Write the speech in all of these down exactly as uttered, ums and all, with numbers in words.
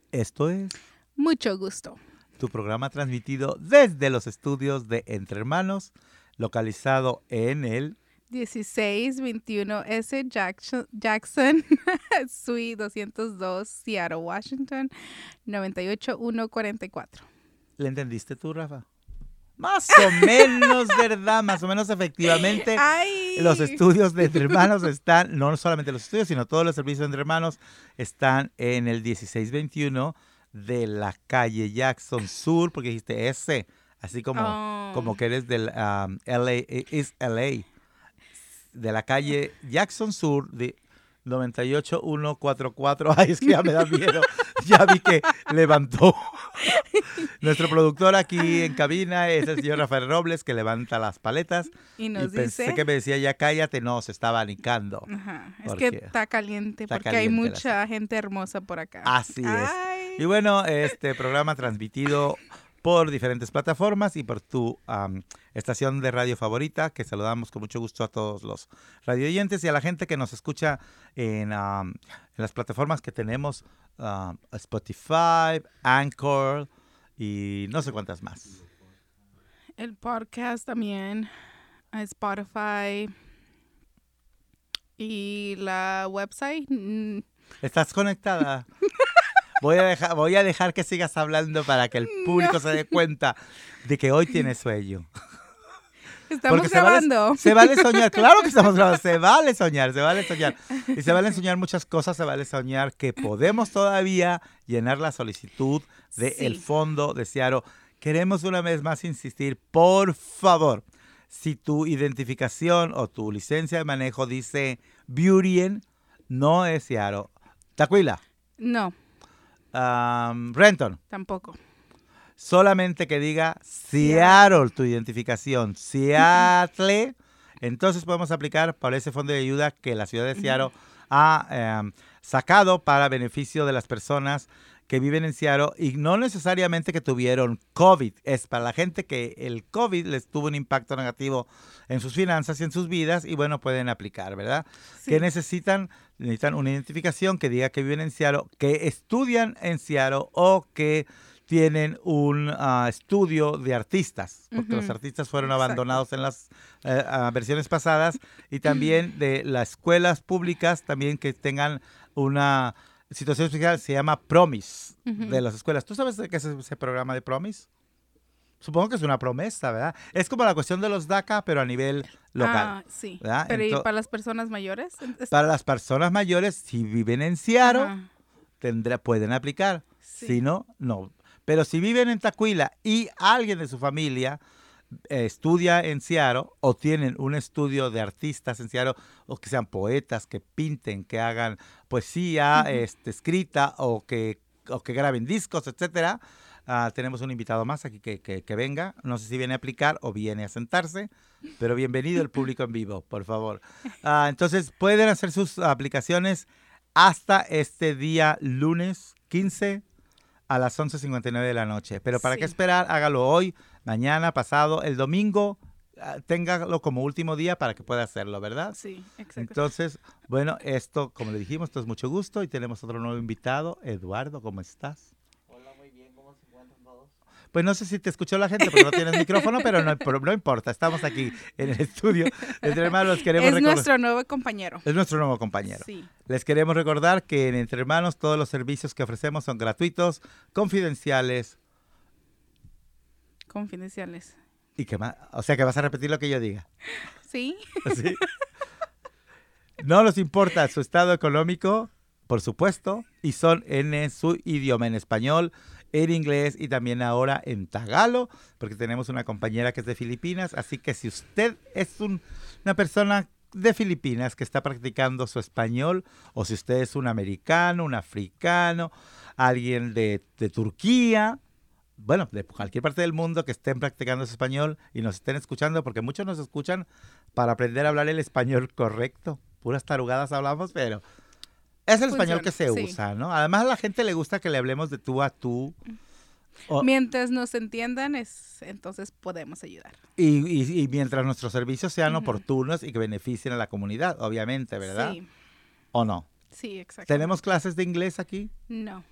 Esto es Mucho gusto. tu programa transmitido desde los estudios de Entre Hermanos, localizado en el dieciséis veintiuno S Jackson, Jackson Suite doscientos dos, Seattle, Washington, noventa y ocho mil ciento cuarenta y cuatro. ¿Le entendiste tú, Rafa? Más o menos, ¿verdad? Más o menos efectivamente. ¡Ay! Los estudios de Entre Hermanos están, no solamente los estudios, sino todos los servicios de Entre Hermanos están en el dieciséis veintiuno de la calle Jackson Sur, porque dijiste S, así como, Oh. como que eres del um, L A, es L A, de la calle Jackson Sur de noventa y ocho mil ciento cuarenta y cuatro. Ay, es que ya me da miedo. Ya vi que levantó. Nuestro productor aquí en cabina es el señor Rafael Robles, que levanta las paletas. Y nos y pensé dice... que me decía, ya cállate. No, se estaba abanicando. Ajá, es Porque que está caliente está porque caliente hay la mucha gente hermosa por acá. Así es. Ay. Y bueno, este programa transmitido por diferentes plataformas y por tu um, estación de radio favorita, que saludamos con mucho gusto a todos los radioyentes y a la gente que nos escucha en, um, en las plataformas que tenemos, um, Spotify, Anchor y no sé cuántas más. El podcast también, a Spotify y la website. mm, ¿Estás conectada? Voy a, dejar, voy a dejar que sigas hablando para que el público No. se dé cuenta de que hoy tienes sueño. Estamos Porque se vale, grabando. se vale soñar, claro que estamos grabando, se vale soñar, se vale soñar. Y se vale soñar muchas cosas, se vale soñar que podemos todavía llenar la solicitud del Sí. fondo de Seattle. Queremos una vez más insistir, por favor, si tu identificación o tu licencia de manejo dice Burien, no es Seattle. Tacuila, No, um, Renton. tampoco. Solamente que diga Seattle, tu identificación, Seattle, entonces podemos aplicar para ese fondo de ayuda que la ciudad de Seattle ha eh, sacado para beneficio de las personas que viven en Seattle y no necesariamente que tuvieron COVID, es para la gente que el COVID les tuvo un impacto negativo en sus finanzas y en sus vidas y bueno, pueden aplicar, ¿verdad? Sí. Que necesitan, necesitan una identificación que diga que viven en Seattle, que estudian en Seattle o que tienen un uh, estudio de artistas, porque Ujú. los artistas fueron Exacto. abandonados en las eh, uh, versiones pasadas, y también de las escuelas públicas, también que tengan una situación especial, se llama Promise, Ujú. de las escuelas. ¿Tú sabes de qué es ese programa de Promise? Supongo que es una promesa, ¿verdad? Es como la cuestión de los DACA, pero a nivel local. Ah, sí. ¿verdad? Pero ¿y Ento- para las personas mayores? Es- Para las personas mayores, si viven en Seattle, Ajá, tendrá, pueden aplicar. sí. Si no, no. Pero si viven en Tacuila y alguien de su familia eh, estudia en Seattle o tienen un estudio de artistas en Seattle, o que sean poetas, que pinten, que hagan poesía Ujú. este, escrita o que, o que graben discos, etcétera, ah, tenemos un invitado más aquí que, que, que venga. No sé si viene a aplicar o viene a sentarse, pero bienvenido el público en vivo, por favor. Ah, entonces, pueden hacer sus aplicaciones hasta este día lunes quince a las once cincuenta y nueve de la noche. Pero ¿para Sí. qué esperar? Hágalo hoy, mañana, pasado, el domingo. ah, Téngalo como último día para que pueda hacerlo, ¿verdad? Sí, exacto. Entonces, bueno, esto, como le dijimos, esto es mucho gusto y tenemos otro nuevo invitado. Eduardo, ¿cómo estás? Hola, muy bien, ¿cómo se encuentran todos? Pues no sé si te escuchó la gente porque no tienes micrófono, pero no, pero no importa. Estamos aquí en el estudio. Entre hermanos, queremos es recordar- nuestro nuevo compañero. Es nuestro nuevo compañero. Sí. Les queremos recordar que en Entre Hermanos todos los servicios que ofrecemos son gratuitos, confidenciales Confidenciales. y que más. O sea que vas a repetir lo que yo diga. Sí. ¿Sí? No nos importa su estado económico, por supuesto, y son en su idioma, en español, en inglés y también ahora en tagalo, porque tenemos una compañera que es de Filipinas, así que si usted es un- una persona de Filipinas que está practicando su español, o si usted es un americano, un africano, alguien de, de Turquía, bueno, de cualquier parte del mundo que estén practicando su español y nos estén escuchando, porque muchos nos escuchan para aprender a hablar el español correcto. Puras tarugadas hablamos, pero es el español que se Funciona, sí. usa, ¿no? Además a la gente le gusta que le hablemos de tú a tú. O- Mientras nos entiendan, es, entonces podemos ayudar. y, y- y mientras nuestros servicios sean Ujú. oportunos y que beneficien a la comunidad, obviamente, ¿verdad? Sí, ¿O no? sí, exacto. ¿Tenemos clases de inglés aquí? No.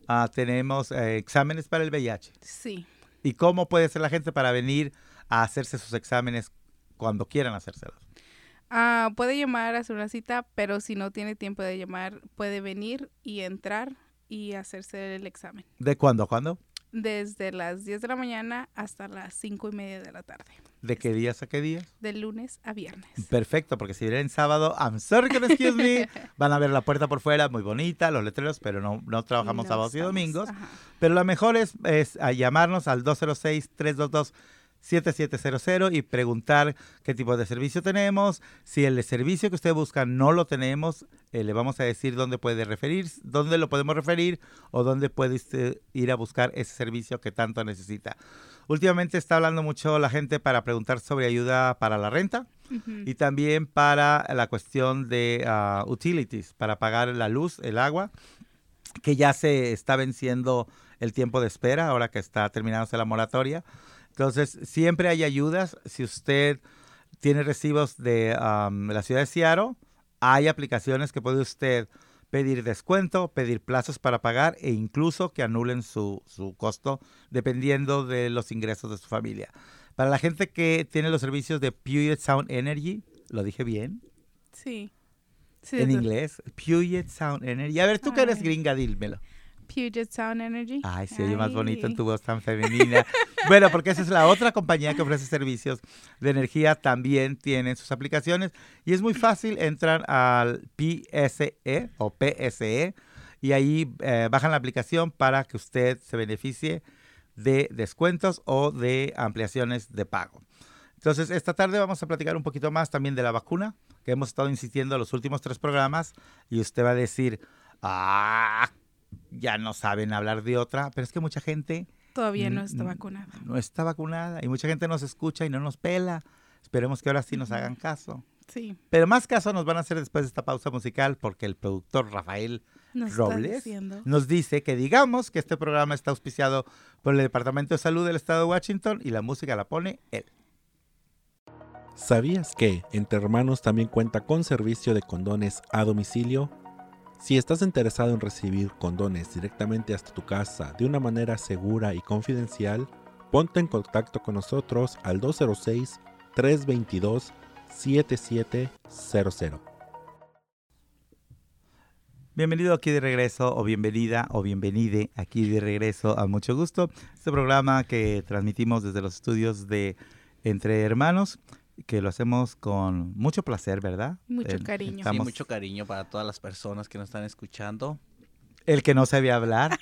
ah, tenemos eh, exámenes para el V I H. Sí. ¿Y cómo puede ser la gente para venir a hacerse sus exámenes cuando quieran hacérselos? Ah, puede llamar a hacer una cita, pero si no tiene tiempo de llamar, puede venir y entrar y hacerse el examen. ¿De cuándo a cuándo? Desde las diez de la mañana hasta las cinco y media de la tarde. ¿De qué días a qué días? De lunes a viernes. Perfecto, porque si vienen sábado, I'm sorry que no excuse me, van a ver la puerta por fuera, muy bonita, los letreros, pero no, no trabajamos No sábados y estamos- domingos. ajá. Pero lo mejor es, es a llamarnos al dos cero seis, tres dos dos, siete siete cero cero y preguntar qué tipo de servicio tenemos. Si el servicio que usted busca no lo tenemos, eh, le vamos a decir dónde puede referir, dónde lo podemos referir o dónde puede usted ir a buscar ese servicio que tanto necesita. Últimamente está hablando mucho la gente para preguntar sobre ayuda para la renta Ujú. y también para la cuestión de uh, utilities, para pagar la luz, el agua, que ya se está venciendo el tiempo de espera, ahora que está terminándose la moratoria. Entonces, siempre hay ayudas. Si usted tiene recibos de um, la ciudad de Seattle, hay aplicaciones que puede usted pedir descuento, pedir plazos para pagar e incluso que anulen su, su costo dependiendo de los ingresos de su familia. Para la gente que tiene los servicios de Puget Sound Energy, ¿lo dije bien? Sí. Sí, En de- inglés, Puget Sound Energy. A ver, tú que eres Ay. gringa, dímelo. Puget Sound Energy. Ay, se oye más bonito en Ay. tu voz tan femenina. Bueno, porque esa es la otra compañía que ofrece servicios de energía. También tienen sus aplicaciones. Y es muy fácil. Entran al P S E o P S E y ahí eh, bajan la aplicación para que usted se beneficie de descuentos o de ampliaciones de pago. Entonces, esta tarde vamos a platicar un poquito más también de la vacuna, que hemos estado insistiendo en los últimos tres programas. Y usted va a decir, ah, ya no saben hablar de otra, pero es que mucha gente Todavía no mm, está mm, vacunada. no está vacunada y mucha gente nos escucha y no nos pela. Esperemos que ahora sí nos Ujú. hagan caso. Sí. Pero más caso nos van a hacer después de esta pausa musical porque el productor Rafael Nos está Robles diciendo. nos dice que digamos que este programa está auspiciado por el Departamento de Salud del Estado de Washington y la música la pone él. ¿Sabías que Entre Hermanos también cuenta con servicio de condones a domicilio? Si estás interesado en recibir condones directamente hasta tu casa de una manera segura y confidencial, ponte en contacto con nosotros al dos cero seis, tres dos dos, siete siete cero cero. Bienvenido aquí de regreso, o bienvenida, o bienvenide aquí de regreso a Mucho Gusto. Este programa que transmitimos desde los estudios de Entre Hermanos, que lo hacemos con mucho placer, ¿verdad? Mucho Eh, cariño. Sí, estamos- mucho cariño para todas las personas que nos están escuchando. El que no sabía hablar.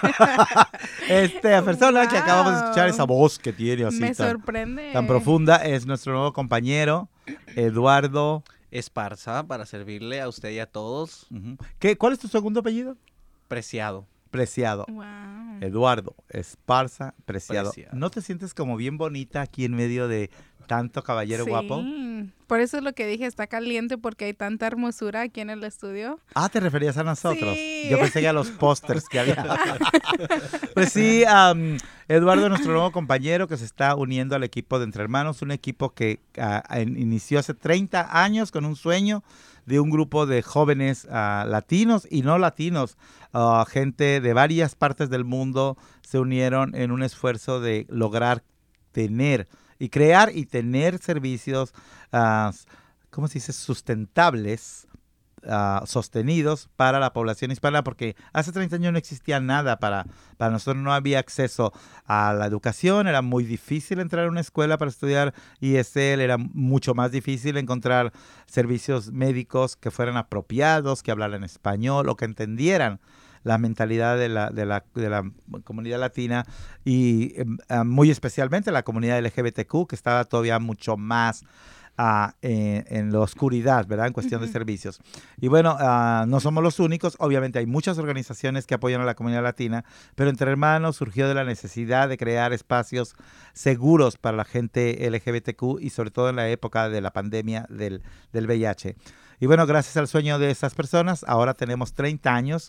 Esta persona que acabamos de escuchar, esa voz que tiene así Me tan, sorprende. tan profunda, es nuestro nuevo compañero, Eduardo. Esparza para servirle a usted y a todos. Ujú. ¿Qué, ¿Cuál es tu segundo apellido? Preciado. Preciado. Wow. Eduardo Esparza Preciado. Preciado. ¿No te sientes como bien bonita aquí en medio de tanto caballero Sí. guapo? Por eso es lo que dije, está caliente porque hay tanta hermosura aquí en el estudio. Ah, ¿te referías a nosotros? Sí. Yo pensé que a los pósters que había. Pues sí, am, Eduardo, nuestro nuevo compañero que se está uniendo al equipo de Entre Hermanos, un equipo que ah, en- inició hace treinta años con un sueño de un grupo de jóvenes ah, latinos y no latinos, ah, gente de varias partes del mundo se unieron en un esfuerzo de lograr tener y crear y tener servicios, ah, ¿cómo se dice?, sustentables, ah, sostenidos para la población hispana, porque hace treinta años no existía nada para, para nosotros, no había acceso a la educación, era muy difícil entrar a una escuela para estudiar E S L, era mucho más difícil encontrar servicios médicos que fueran apropiados, que hablaran español o que entendieran la mentalidad de la, de la, de la comunidad latina y eh, ah, muy especialmente la comunidad L G B T Q, que estaba todavía mucho más ah, en, en la oscuridad, ¿verdad? En cuestión de Ujú. servicios. Y bueno, ah, no somos los únicos, obviamente hay muchas organizaciones que apoyan a la comunidad latina, pero Entre Hermanos surgió de la necesidad de crear espacios seguros para la gente L G B T Q y sobre todo en la época de la pandemia del, del V I H. Y bueno, gracias al sueño de esas personas, ahora tenemos treinta años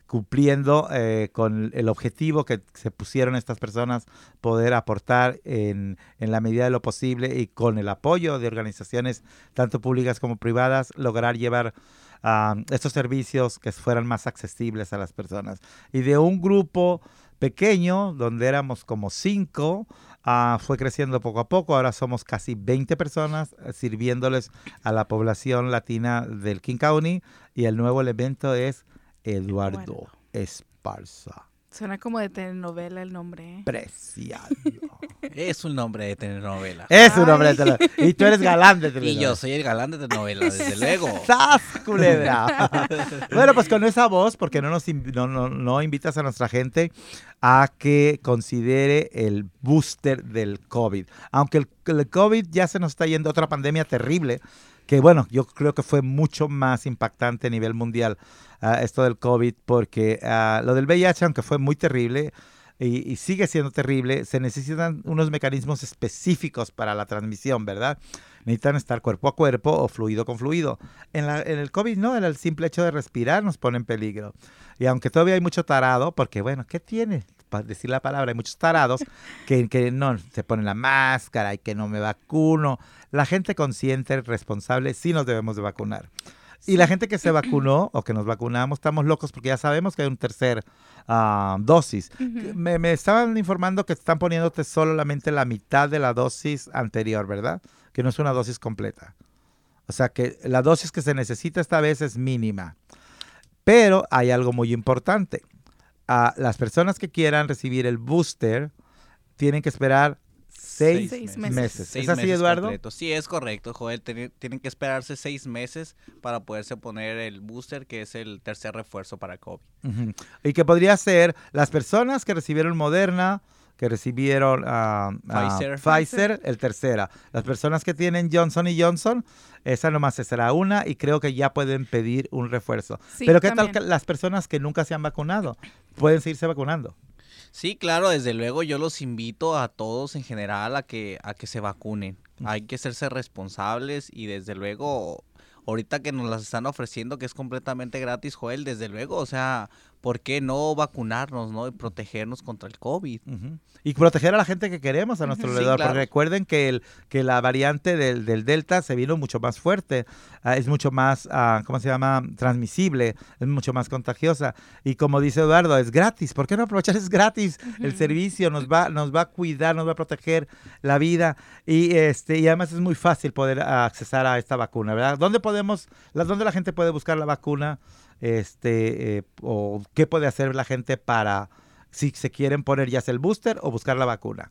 cumpliendo eh, con el objetivo que se pusieron estas personas, poder aportar en, en la medida de lo posible y con el apoyo de organizaciones tanto públicas como privadas, lograr llevar uh, estos servicios que fueran más accesibles a las personas. Y de un grupo pequeño, donde éramos como cinco, uh, fue creciendo poco a poco. Ahora somos casi veinte personas uh, sirviéndoles a la población latina del King County, y el nuevo elemento es Eduardo, Eduardo Esparza. Suena como de telenovela el nombre. ¿eh? Preciado. Es un nombre de telenovela. Es un nombre de telenovela. Y tú eres galán de telenovela. Y yo soy el galán de telenovela, desde luego. ¡Sas, culebra! Bueno, pues con esa voz, porque no nos inv- no, no, no invitas a nuestra gente a que considere el booster del COVID. Aunque el, el COVID ya se nos está yendo, otra pandemia terrible, que bueno, yo creo que fue mucho más impactante a nivel mundial uh, esto del COVID, porque uh, lo del V I H, aunque fue muy terrible y, y sigue siendo terrible, se necesitan unos mecanismos específicos para la transmisión, ¿verdad? Necesitan estar cuerpo a cuerpo o fluido con fluido. En, la, en el COVID no, el simple hecho de respirar nos pone en peligro. Y aunque todavía hay mucho tarado, porque bueno, ¿qué tiene? Para decir la palabra, hay muchos tarados que, que no se ponen la máscara y que no me vacuno. La gente consciente, responsable, sí nos debemos de vacunar. Y la gente que se vacunó o que nos vacunamos, estamos locos porque ya sabemos que hay un tercer uh, dosis. Uh-huh. Me, me estaban informando que están poniéndote solamente la mitad de la dosis anterior, ¿verdad? Que no es una dosis completa. O sea que la dosis que se necesita esta vez es mínima. Pero hay algo muy importante. Uh, las personas que quieran recibir el booster tienen que esperar seis, seis meses. meses. Seis ¿Es así, meses Eduardo? Completo. Sí, es correcto, Joel. Ten, tienen que esperarse seis meses para poderse poner el booster, que es el tercer refuerzo para COVID. Uh-huh. Y que podría ser las personas que recibieron Moderna, que recibieron uh, Pfizer. Uh, Pfizer, el tercera. Las personas que tienen Johnson y Johnson, esa nomás será una, y creo que ya pueden pedir un refuerzo. Sí, Pero ¿qué también. tal que las personas que nunca se han vacunado? Pueden seguirse vacunando. Sí, claro, desde luego yo los invito a todos en general a que, a que se vacunen. Hay que hacerse responsables y desde luego, ahorita que nos las están ofreciendo, que es completamente gratis, Joel, desde luego, o sea, ¿por qué no vacunarnos, no? Y protegernos contra el COVID. Uh-huh. Y proteger a la gente que queremos a nuestro Uh-huh. alrededor, Sí, claro. porque recuerden que, el, que la variante del, del Delta se vino mucho más fuerte, uh, es mucho más, uh, ¿cómo se llama?, transmisible, es mucho más contagiosa. Y como dice Eduardo, es gratis. ¿Por qué no aprovechar? Es gratis. Uh-huh. El servicio nos va, nos va a cuidar, nos va a proteger la vida. Y, este, y además es muy fácil poder uh, accesar a esta vacuna, ¿verdad? ¿Dónde podemos, la, dónde la gente puede buscar la vacuna? Este, eh, o qué puede hacer la gente para, si se quieren poner ya sea el booster o buscar la vacuna.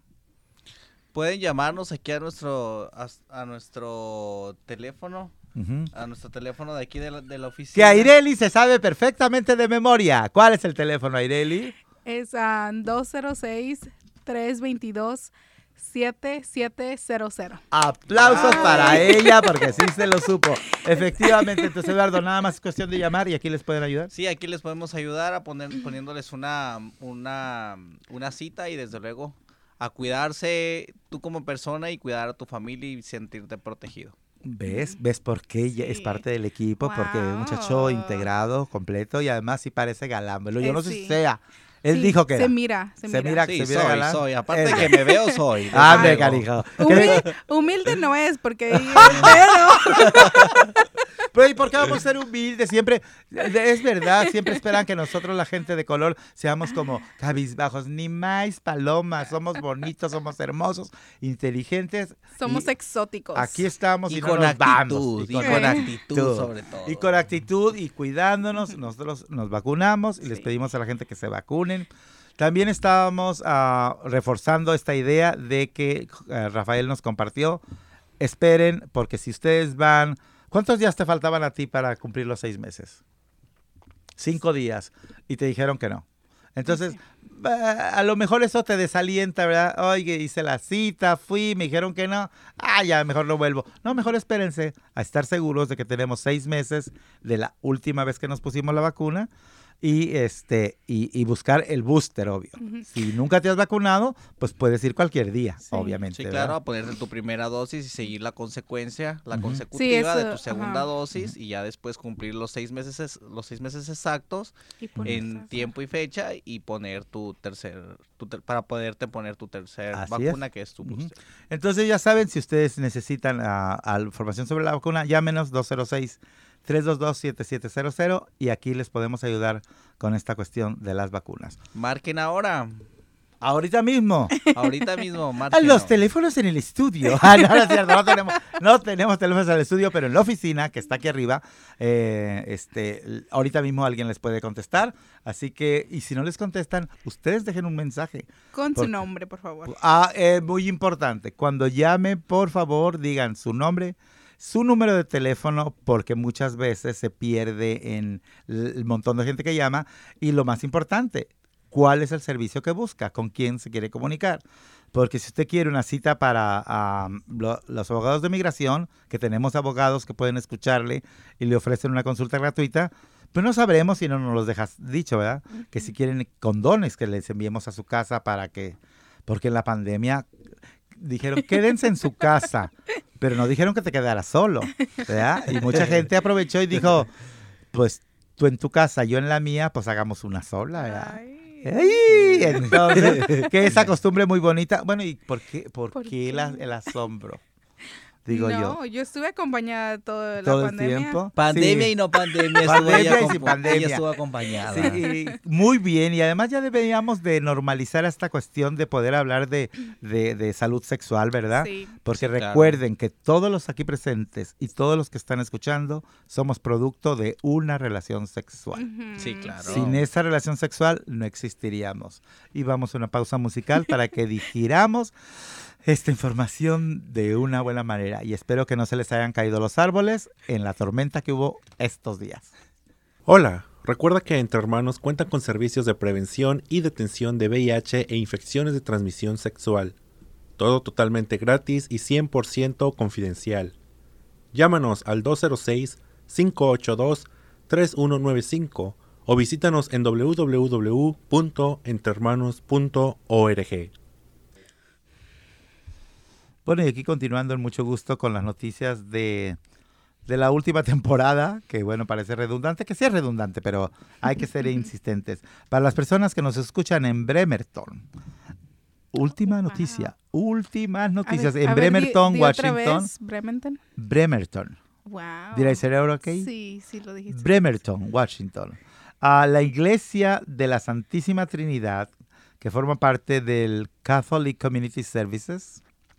Pueden llamarnos aquí a nuestro a, a nuestro teléfono, Uh-huh. a nuestro teléfono de aquí de la, de la oficina. Que Aireli se sabe perfectamente de memoria. ¿Cuál es el teléfono, Aireli? Es uh, dos cero seis, tres dos dos, siete siete cero cero. Aplausos Ay. para ella porque sí se lo supo. Efectivamente, entonces Eduardo, nada más es cuestión de llamar y aquí les pueden ayudar. Sí, aquí les podemos ayudar a poner poniéndoles una una una cita y desde luego a cuidarse tú como persona y cuidar a tu familia y sentirte protegido. ¿Ves? ¿Ves por qué ella Sí. es parte del equipo? Porque es un Wow. muchacho integrado, completo y además sí parece galán. Yo Eh, no sé sí. si sea. Él Sí, dijo que se era. mira, se, Se mira. mira. Sí, se mira soy, galán. soy. Aparte Eh. de que me veo, soy. desde ¡Hombre, luego. canijo! Humilde, humilde no es porque ahí pero Pero ¿y por qué vamos a ser humildes? Siempre, es verdad, siempre esperan que nosotros, la gente de color, seamos como cabizbajos. Ni más palomas, somos bonitos, somos hermosos, inteligentes. somos y exóticos. Aquí estamos y, Y no con nos actitud, vamos. y con actitud sobre todo. Y con actitud y cuidándonos, nosotros nos vacunamos y les Sí. pedimos a la gente que se vacunen. También estábamos uh, reforzando esta idea de que uh, Rafael nos compartió. Esperen, porque si ustedes van... ¿Cuántos días te faltaban a ti para cumplir los seis meses? Cinco días. Y te dijeron que no. Entonces, Sí. uh, a lo mejor eso te desalienta, ¿verdad? Oye, hice la cita, fui, me dijeron que no. Ah, ya, mejor no vuelvo. No, mejor espérense a estar seguros de que tenemos seis meses de la última vez que nos pusimos la vacuna. y este y, y buscar el booster, obvio. Ujú. Si nunca te has vacunado, pues puedes ir cualquier día, Sí. obviamente. Sí, ¿verdad? claro, a ponerte tu primera dosis y seguir la consecuencia, la Ujú. consecutiva Sí, de eso, tu segunda ajá. dosis y ya después cumplir los seis meses, es- los seis meses exactos Y ponerse en esa. tiempo y fecha y poner tu tercer, tu ter- para poderte poner tu tercer Así vacuna es. que es tu Ujú. booster. Entonces ya saben, si ustedes necesitan ah, ah, información sobre la vacuna, llámenos dos cero seis, tres dos dos, siete siete cero cero y aquí les podemos ayudar con esta cuestión de las vacunas. Marquen ahora, Ahorita mismo. ahorita mismo, A marquen. los teléfonos en el estudio. Ah, no, no es cierto, no tenemos, no tenemos teléfonos en el estudio, pero en la oficina, que está aquí arriba, eh, este, l- ahorita mismo alguien les puede contestar. Así que, y si no les contestan, ustedes dejen un mensaje. Con Porque- su nombre, por favor. Ah, eh, muy importante. Cuando llame, por favor, digan su nombre, su número de teléfono, porque muchas veces se pierde en l- el montón de gente que llama. Y lo más importante, ¿cuál es el servicio que busca? ¿Con quién se quiere comunicar? Porque si usted quiere una cita para ah, lo- los abogados de migración, que tenemos abogados que pueden escucharle y le ofrecen una consulta gratuita, pues no sabremos si no nos los dejas dicho, ¿verdad? Que si quieren condones que les enviemos a su casa para que, porque en la pandemia dijeron, quédense en su casa, pero no dijeron que te quedaras solo, ¿verdad? Y mucha gente aprovechó y dijo, pues tú en tu casa, yo en la mía, pues hagamos una sola, ¿verdad? Ay. ¡Ay! Entonces, que esa costumbre muy bonita. Bueno, ¿y por qué, por ¿Por qué qué? la- el asombro? Digo yo. No, yo estuve acompañada toda la Todo el pandemia. tiempo. Pandemia Sí. y no pandemia, estuvo Pandemia ella, y sin acompa- pandemia. ella estuvo acompañada. Sí, y muy bien. Y además ya deberíamos de normalizar esta cuestión de poder hablar de, de- de salud sexual, ¿verdad? Sí. Porque Sí, claro. recuerden que todos los aquí presentes y todos los que están escuchando somos producto de una relación sexual. Ujú. Sí, claro. Sin esa relación sexual no existiríamos. Y vamos a una pausa musical para que digiramos esta información de una buena manera. Y espero que no se les hayan caído los árboles en la tormenta que hubo estos días. Hola, recuerda que Entre Hermanos cuenta con servicios de prevención y detención de V I H e infecciones de transmisión sexual. Todo totalmente gratis y cien por ciento confidencial. Llámanos al dos cero seis, cinco ocho dos, tres uno nueve cinco o visítanos en w w w punto entrehermanos punto org. Bueno, y aquí continuando en mucho gusto con las noticias de, de la última temporada, que bueno, parece redundante, que sí es redundante, pero hay que ser insistentes. Para las personas que nos escuchan en Bremerton, última Wow. noticia, últimas A noticias ver, en a ver, di- Bremerton, di otra Washington. vez, Bremerton. Bremerton. Wow. ¿Did I say that okay? Sí, sí lo dijiste. Bremerton, Washington. A la iglesia de la Santísima Trinidad, que forma parte del Catholic Community Services.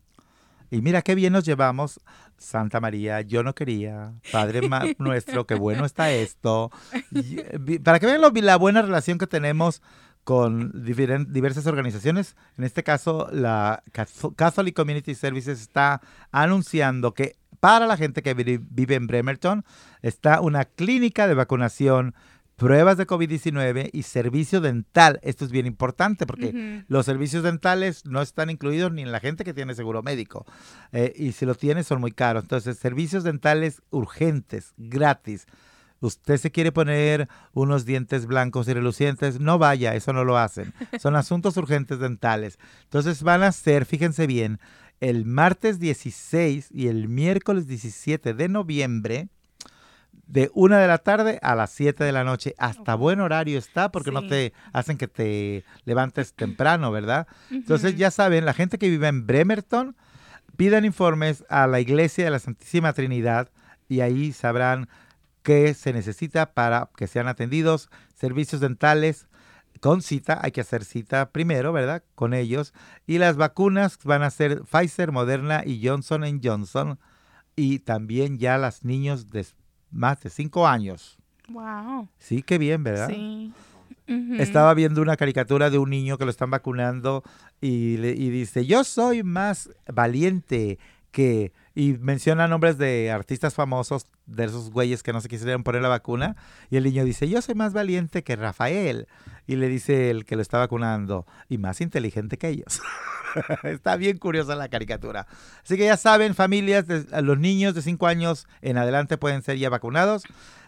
Y mira qué bien nos llevamos, Santa María, yo no quería, Padre ma- nuestro, qué bueno está esto. Y, eh, vi- para que vean lo- la buena relación que tenemos con diferen- diversas organizaciones, en este caso la Catho- Catholic Community Services está anunciando que para la gente que vi- vive en Bremerton está una clínica de vacunación, pruebas de COVID diecinueve y servicio dental. Esto es bien importante porque Ujú. los servicios dentales no están incluidos ni en la gente que tiene seguro médico. Eh, y si lo tiene son muy caros. Entonces, servicios dentales urgentes, gratis. Usted se quiere poner unos dientes blancos y relucientes, no vaya, eso no lo hacen. Son asuntos urgentes dentales. Entonces van a ser, fíjense bien, el martes dieciséis y el miércoles diecisiete de noviembre, de una de la tarde a las siete de la noche. Hasta Oh. buen horario está porque no Sí. te hacen que te levantes temprano, ¿verdad? Entonces Ujú. ya saben, la gente que vive en Bremerton, pidan informes a la Iglesia de la Santísima Trinidad y ahí sabrán qué se necesita para que sean atendidos. Servicios dentales con cita, hay que hacer cita primero, ¿verdad? Con ellos. Y las vacunas van a ser Pfizer, Moderna y Johnson and Johnson. Y también ya las niños de más de cinco años. Wow. Sí, qué bien, ¿verdad? Sí. Ujú. Estaba viendo una caricatura de un niño que lo están vacunando y, le- y dice, yo soy más valiente que... Y menciona nombres de artistas famosos, de esos güeyes que no se quisieron poner la vacuna. Y el niño dice, yo soy más valiente que Rafael. Y le dice el que lo está vacunando, y más inteligente que ellos. Está bien curiosa la caricatura. Así que ya saben, familias, de- los niños de cinco años en adelante pueden ser ya vacunados.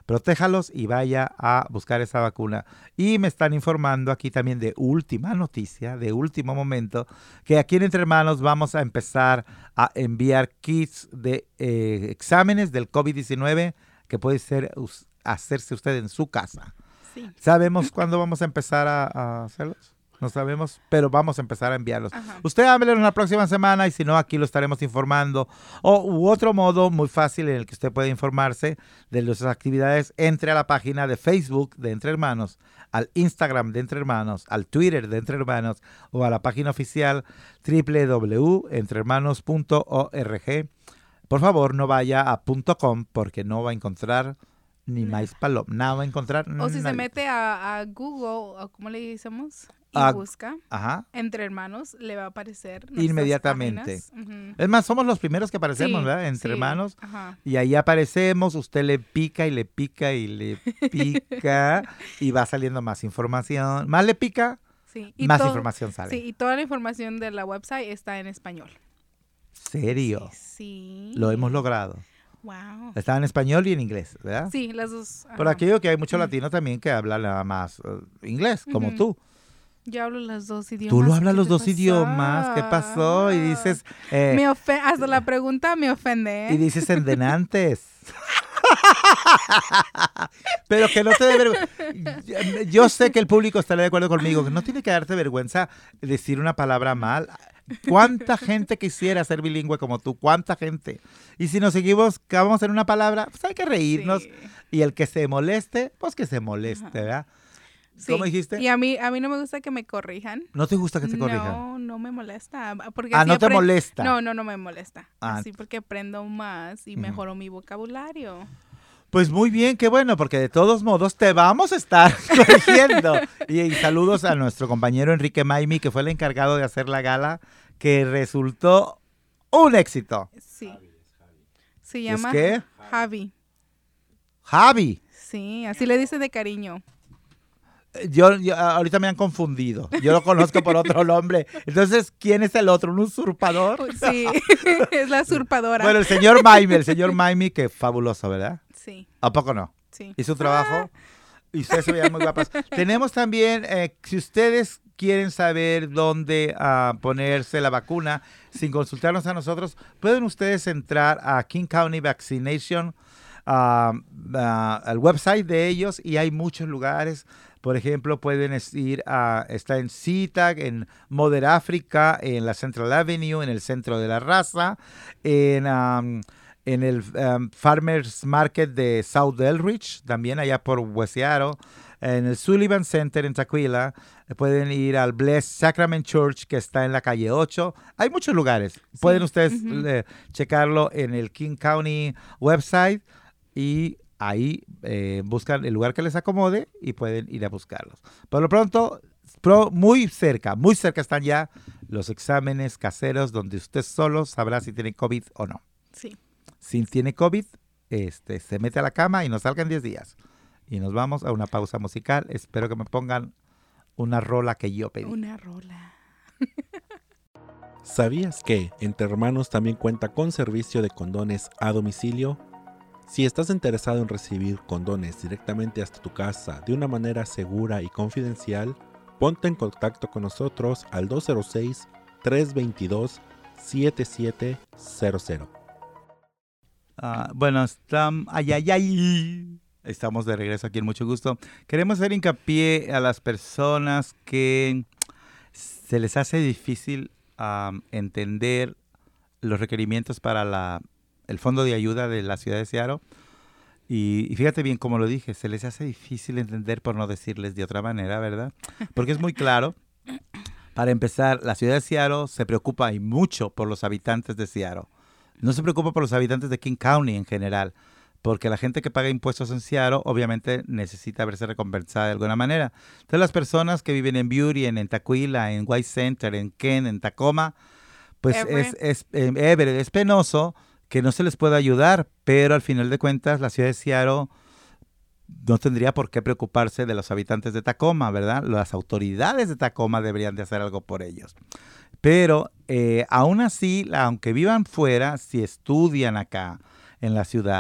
protéjalos y vaya a buscar esa vacuna. Y me están informando aquí también de última noticia, de último momento, que aquí en Entre Hermanos vamos a empezar a enviar kits de eh, exámenes del COVID diecinueve que puede ser us- hacerse usted en su casa. Sí. ¿Sabemos cuándo vamos a empezar a, a hacerlos? No sabemos, pero vamos a empezar a enviarlos. Ajá. Usted háblelo en la próxima semana y si no, aquí lo estaremos informando. O u otro modo muy fácil en el que usted puede informarse de nuestras actividades, entre a la página de Facebook de Entre Hermanos, al Instagram de Entre Hermanos, al Twitter de Entre Hermanos o a la página oficial doble u doble u doble u punto entre hermanos punto org. Por favor, no vaya a .com porque no va a encontrar ni Nah. maíz paloma. Nada va a encontrar. O si se nadie. mete a, a Google, o ¿cómo le decimos? Y A- busca Ajá. Entre Hermanos, le va a aparecer nuestras Inmediatamente. páginas. Ujú. Es más, somos los primeros que aparecemos, Sí, ¿verdad? Entre sí, Hermanos. Ajá. Y ahí aparecemos, usted le pica y le pica y le pica y va saliendo más información. Más le pica, Sí. Y más todo- información sale. Sí, y toda la información de la website está en español. ¿Serio? Sí. Lo hemos logrado. Wow. Está en español y en inglés, ¿verdad? Sí, las dos. Por ajá. aquí veo que hay muchos Mm. latinos también que hablan nada más eh, inglés, como Ujú. tú. Yo hablo los dos idiomas. Tú lo hablas ¿Qué los te dos pasó? idiomas. ¿Qué pasó? Y dices, eh, Me ofe- hasta la pregunta me ofende. ¿eh? y dices endenantes. Pero que no te dé vergüenza. Yo sé que el público estará de acuerdo conmigo, que no tiene que darte vergüenza decir una palabra mal. ¿Cuánta gente quisiera ser bilingüe como tú? ¿Cuánta gente? Y si nos seguimos, vamos en una palabra, pues hay que reírnos. Sí. Y el que se moleste, pues que se moleste, Ajá. ¿verdad? Sí. ¿Cómo dijiste? Y a mí, a mí no me gusta que me corrijan. ¿No te gusta que te corrijan? No, no me molesta. Porque Ah, así ¿no te apre- molesta? No, no, no me molesta. Ah. Así porque aprendo más y Ujú. mejoro mi vocabulario. Pues muy bien, qué bueno, porque de todos modos te vamos a estar corrigiendo. Y, y saludos a nuestro compañero Enrique Maimi, que fue el encargado de hacer la gala, que resultó un éxito. Sí. Se ¿Es llama qué? Javi. Javi. Sí, así le dice de cariño. Yo, yo- ahorita me han confundido. Yo lo conozco por otro nombre. Entonces, ¿quién es el otro? ¿Un usurpador? Sí, es la usurpadora. Bueno, el señor Maimi, el señor Maimi, que fabuloso, ¿verdad? Sí, ¿A poco no? sí. Y su trabajo. Y ustedes se veían muy guapas. Tenemos también, eh, si ustedes quieren saber dónde ah, ponerse la vacuna sin consultarnos a nosotros, pueden ustedes entrar a King County Vaccination, ah, ah, al website de ellos, y hay muchos lugares. Por ejemplo, pueden es- ir a, está en SeaTac, en Mother Africa, en la Central Avenue, en el Centro de la Raza, en, am, en el am, Farmers Market de South Elridge, también allá por West Seattle, en el Sullivan Center en Taquila. Pueden ir al Blessed Sacrament Church, que está en la calle ocho. Hay muchos lugares. Pueden ustedes ujú. eh, checarlo en el King County website y ahí eh, buscan el lugar que les acomode y pueden ir a buscarlos. Por lo pronto, pro- muy cerca, muy cerca están ya los exámenes caseros donde usted solo sabrá si tiene COVID o no. Sí. Si tiene COVID, este, se mete a la cama y nos salgan diez días. Y nos vamos a una pausa musical. Espero que me pongan una rola que yo pedí. Una rola. ¿Sabías que Entre Hermanos también cuenta con servicio de condones a domicilio? Si estás interesado en recibir condones directamente hasta tu casa de una manera segura y confidencial, ponte en contacto con nosotros al dos cero seis, tres dos dos, siete siete cero cero. Ah, bueno, estamos, ay, ay, ay. Estamos de regreso aquí en Mucho Gusto. Queremos hacer hincapié a las personas que se les hace difícil um, entender los requerimientos para la, el fondo de ayuda de la ciudad de Seattle. Y, y fíjate bien, como lo dije, se les hace difícil entender, por no decirles de otra manera, ¿verdad? Porque es muy claro. Para empezar, la ciudad de Seattle se preocupa y mucho por los habitantes de Seattle. No se preocupa por los habitantes de King County en general, porque la gente que paga impuestos en Seattle obviamente necesita verse recompensada de alguna manera. Entonces las personas que viven en Beauty, en, en Taquila, en White Center, en Kent, en Tacoma, pues Everett. es, es, eh, Everett, es penoso que no se les pueda ayudar, pero al final de cuentas la ciudad de Seattle no tendría por qué preocuparse de los habitantes de Tacoma, ¿verdad? Las autoridades de Tacoma deberían de hacer algo por ellos. Pero eh, aún así, aunque vivan fuera, si estudian acá en la ciudad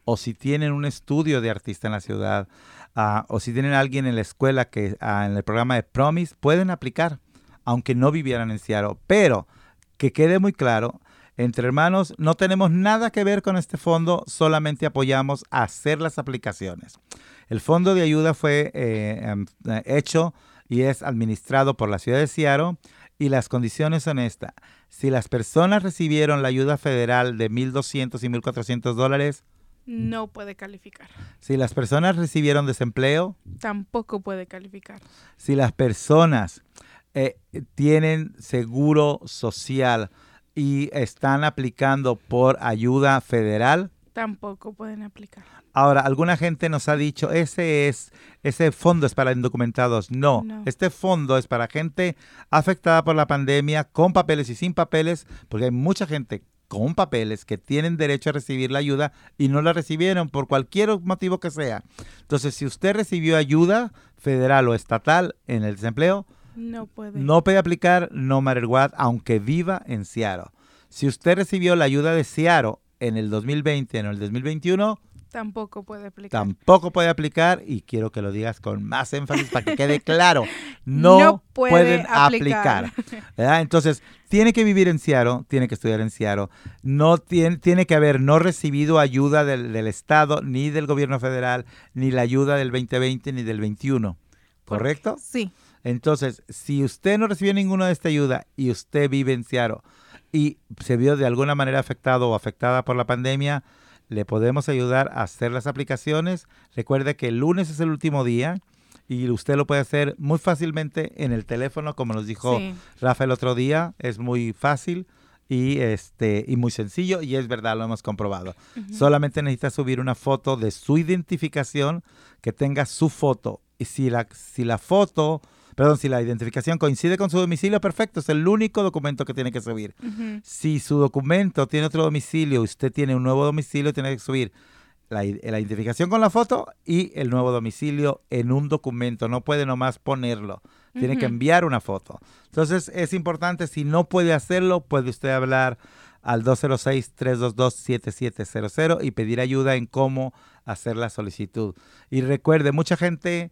o si tienen un estudio de artista en la ciudad, uh, o si tienen alguien en la escuela que uh, en el programa de Promise, pueden aplicar, aunque no vivieran en Seattle. Pero que quede muy claro, entre hermanos no tenemos nada que ver con este fondo, solamente apoyamos a hacer las aplicaciones. El fondo de ayuda fue eh, eh, hecho y es administrado por la ciudad de Seattle, y las condiciones son estas. Si las personas recibieron la ayuda federal de mil doscientos y mil cuatrocientos dólares, no puede calificar. Si las personas recibieron desempleo, tampoco puede calificar. Si las personas eh, tienen seguro social y están aplicando por ayuda federal, tampoco pueden aplicar. Ahora, alguna gente nos ha dicho, ese es ese fondo es para indocumentados. No, no, este fondo es para gente afectada por la pandemia, con papeles y sin papeles, porque hay mucha gente con papeles que tienen derecho a recibir la ayuda y no la recibieron por cualquier motivo que sea. Entonces, si usted recibió ayuda federal o estatal en el desempleo, no puede. No puede aplicar, no matter what, aunque viva en Seattle. Si usted recibió la ayuda de Seattle en el dos mil veinte, en el dos mil veintiuno, tampoco puede aplicar. Tampoco puede aplicar, y quiero que lo digas con más énfasis para que quede claro. No, no puede pueden aplicar. aplicar. ¿Verdad? Entonces, tiene que vivir en Seattle, tiene que estudiar en Seattle. No tiene, tiene que haber no recibido ayuda del, del Estado, ni del gobierno federal, ni la ayuda del veinte veinte, ni del veintiuno. ¿Correcto? Sí. Entonces, si usted no recibió ninguna de esta ayuda y usted vive en Seattle y se vio de alguna manera afectado o afectada por la pandemia, le podemos ayudar a hacer las aplicaciones. Recuerde que el lunes es el último día y usted lo puede hacer muy fácilmente en el teléfono, como nos dijo sí. Rafa el otro día. Es muy fácil y este y muy sencillo, y es verdad, lo hemos comprobado. Uh-huh. Solamente necesita subir una foto de su identificación que tenga su foto. Y si la, si la foto... Perdón, si la identificación coincide con su domicilio, perfecto, es el único documento que tiene que subir. Uh-huh. Si su documento tiene otro domicilio, usted tiene un nuevo domicilio, tiene que subir la, la identificación con la foto y el nuevo domicilio en un documento. No puede nomás ponerlo, uh-huh. tiene que enviar una foto. Entonces, es importante, si no puede hacerlo, puede usted hablar al dos cero seis, tres dos dos, siete siete cero cero y pedir ayuda en cómo hacer la solicitud. Y recuerde, mucha gente...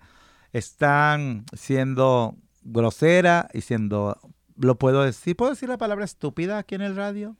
están siendo grosera y siendo, lo puedo decir, ¿puedo decir la palabra estúpida aquí en el radio?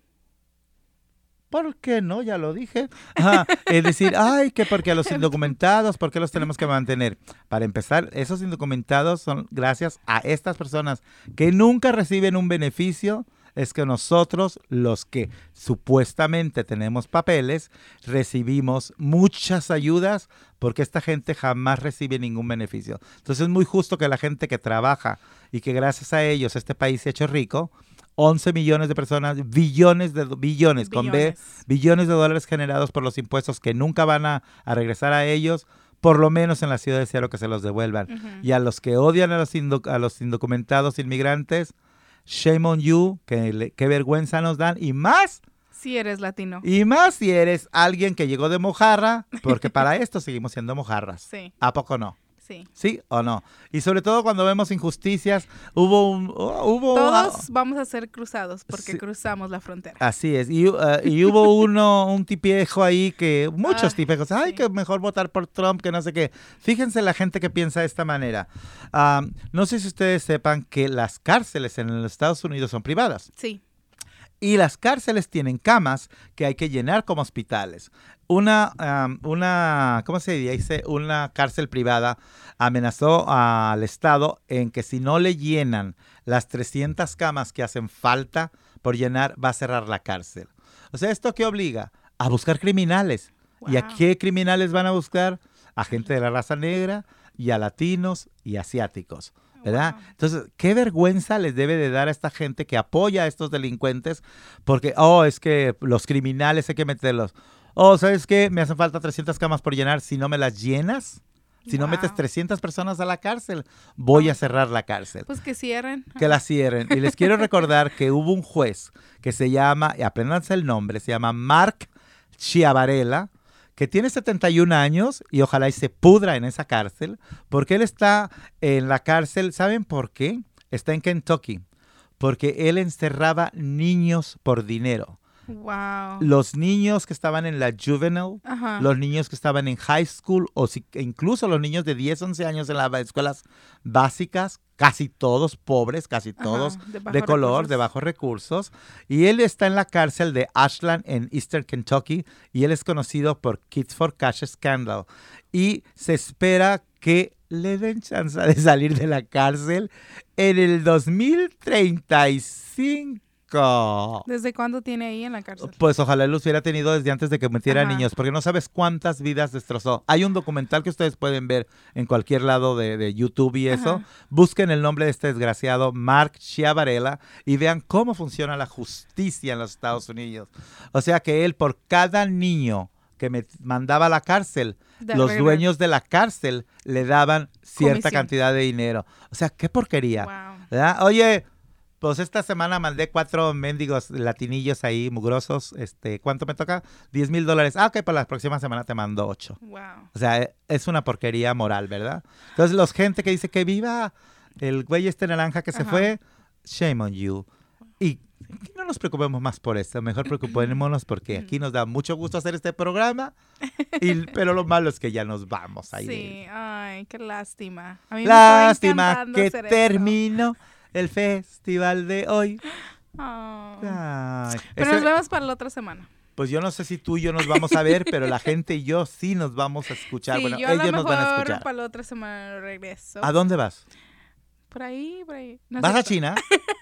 ¿Por qué no? Ya lo dije. Ajá. Es decir, ay, que porque a los indocumentados, ¿por qué los tenemos que mantener? Para empezar, esos indocumentados son gracias a estas personas que nunca reciben un beneficio. Es que nosotros, los que supuestamente tenemos papeles, recibimos muchas ayudas porque esta gente jamás recibe ningún beneficio. Entonces es muy justo que la gente que trabaja y que gracias a ellos este país se ha hecho rico, once millones de personas, billones de billones, billones. con B, billones de dólares generados por los impuestos que nunca van a, a regresar a ellos, por lo menos en la ciudad de Seattle que se los devuelvan. Uh-huh. Y a los que odian a los, indo, a los indocumentados inmigrantes, shame on you, que qué vergüenza nos dan, y más si eres latino. Y más si eres alguien que llegó de mojarra, porque para esto seguimos siendo mojarras. Sí. ¿A poco no? Sí. ¿Sí o no? Y sobre todo cuando vemos injusticias, hubo un... Uh, hubo Todos uh, vamos a ser cruzados porque sí. cruzamos la frontera. Así es. Y, uh, y hubo uno, un tipejo ahí que... Muchos ah, tipejos. Ay, sí. que mejor votar por Trump, que no sé qué. Fíjense la gente que piensa de esta manera. Um, no sé si ustedes sepan que las cárceles en los Estados Unidos son privadas. Sí. Y las cárceles tienen camas que hay que llenar como hospitales. Una, um, una, ¿cómo se dice? Una cárcel privada amenazó al Estado en que si no le llenan las trescientas camas que hacen falta por llenar, va a cerrar la cárcel. O sea, ¿esto qué obliga? A buscar criminales. Wow. ¿Y a qué criminales van a buscar? A gente de la raza negra y a latinos y asiáticos. ¿Verdad? Wow. Entonces, qué vergüenza les debe de dar a esta gente que apoya a estos delincuentes porque, oh, es que los criminales hay que meterlos. Oh, ¿sabes qué? Me hacen falta trescientas camas por llenar. Si no me las llenas, si wow. no metes trescientas personas a la cárcel, voy a cerrar la cárcel. Pues que cierren. Que la cierren. Y les quiero recordar que hubo un juez que se llama, y apréndanse el nombre, se llama Mark Chiavarella, que tiene setenta y un años y ojalá y se pudra en esa cárcel, porque él está en la cárcel, ¿saben por qué? Está en Kentucky, porque él encerraba niños por dinero. Wow. Los niños que estaban en la juvenile, Ajá. los niños que estaban en high school o si, incluso los niños de diez, once años en las escuelas básicas, casi todos pobres, casi todos Ajá, de de, bajos color, recursos. de bajos recursos. Y él está en la cárcel de Ashland en Eastern Kentucky y él es conocido por Kids for Cash Scandal. Y se espera que le den chance de salir de la cárcel en el dos mil treinta y cinco. ¿Desde cuándo tiene ahí en la cárcel? Pues ojalá los hubiera tenido desde antes de que metiera Ajá. niños, porque no sabes cuántas vidas destrozó. Hay un documental que ustedes pueden ver en cualquier lado de, de YouTube y eso. Ajá. Busquen el nombre de este desgraciado, Mark Chiavarella, y vean cómo funciona la justicia en los Estados Unidos. O sea que él, por cada niño que me mandaba a la cárcel, De los regla- dueños de la cárcel le daban cierta Comisión. cantidad de dinero. O sea, qué porquería. Wow. ¿Verdad? Oye, pues esta semana mandé cuatro mendigos latinillos ahí, mugrosos. Este, ¿cuánto me toca? Diez mil dólares. Ah, ok, para la próxima semana te mando ocho. Wow. O sea, e- es una porquería moral, ¿verdad? Entonces, los gente que dice que viva el güey este naranja que se Ajá. fue, shame on you. Y no nos preocupemos más por eso, mejor preocupémonos porque aquí nos da mucho gusto hacer este programa, y, pero lo malo es que ya nos vamos ahí. Sí, ay, qué lástima. A mí me estaba Lástima encantando que hacer esto. terminó el festival de hoy. Oh. Ay, Pero ese- nos vemos para la otra semana. pues yo no sé si tú y yo nos vamos a ver, pero la gente y yo sí nos vamos a escuchar. Sí, bueno, yo a lo ellos nos van a mejor escuchar. para la otra semana regreso. ¿A dónde vas? Por ahí, por ahí. No ¿Vas sé a cu- China?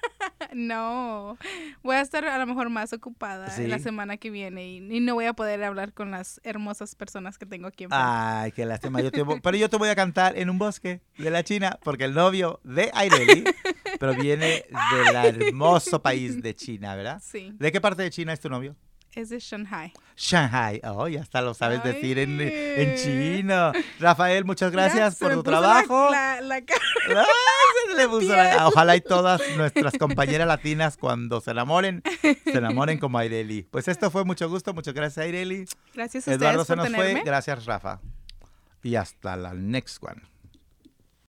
No, voy a estar a lo mejor más ocupada Sí. la semana que viene y, y no voy a poder hablar con las hermosas personas que tengo aquí enfrente. Ay, qué lástima. Yo te vo- pero yo te voy a cantar en un bosque de la China, porque el novio de Aireli proviene del hermoso país de China, ¿verdad? Sí, ¿De qué parte de China es tu novio? es de Shanghai. Shanghai. Oh, ya hasta lo sabes Ay. decir en, en chino. Rafael, muchas gracias Ya, por se tu me puso trabajo. La, la, la cara. Ay, se le puso la- Ojalá y todas nuestras compañeras latinas cuando se enamoren, se enamoren como Aireli. Pues esto fue mucho gusto, muchas gracias Aireli. Gracias a ustedes Eduardo se por nos tenerme. fue, gracias Rafa. Y hasta la next one.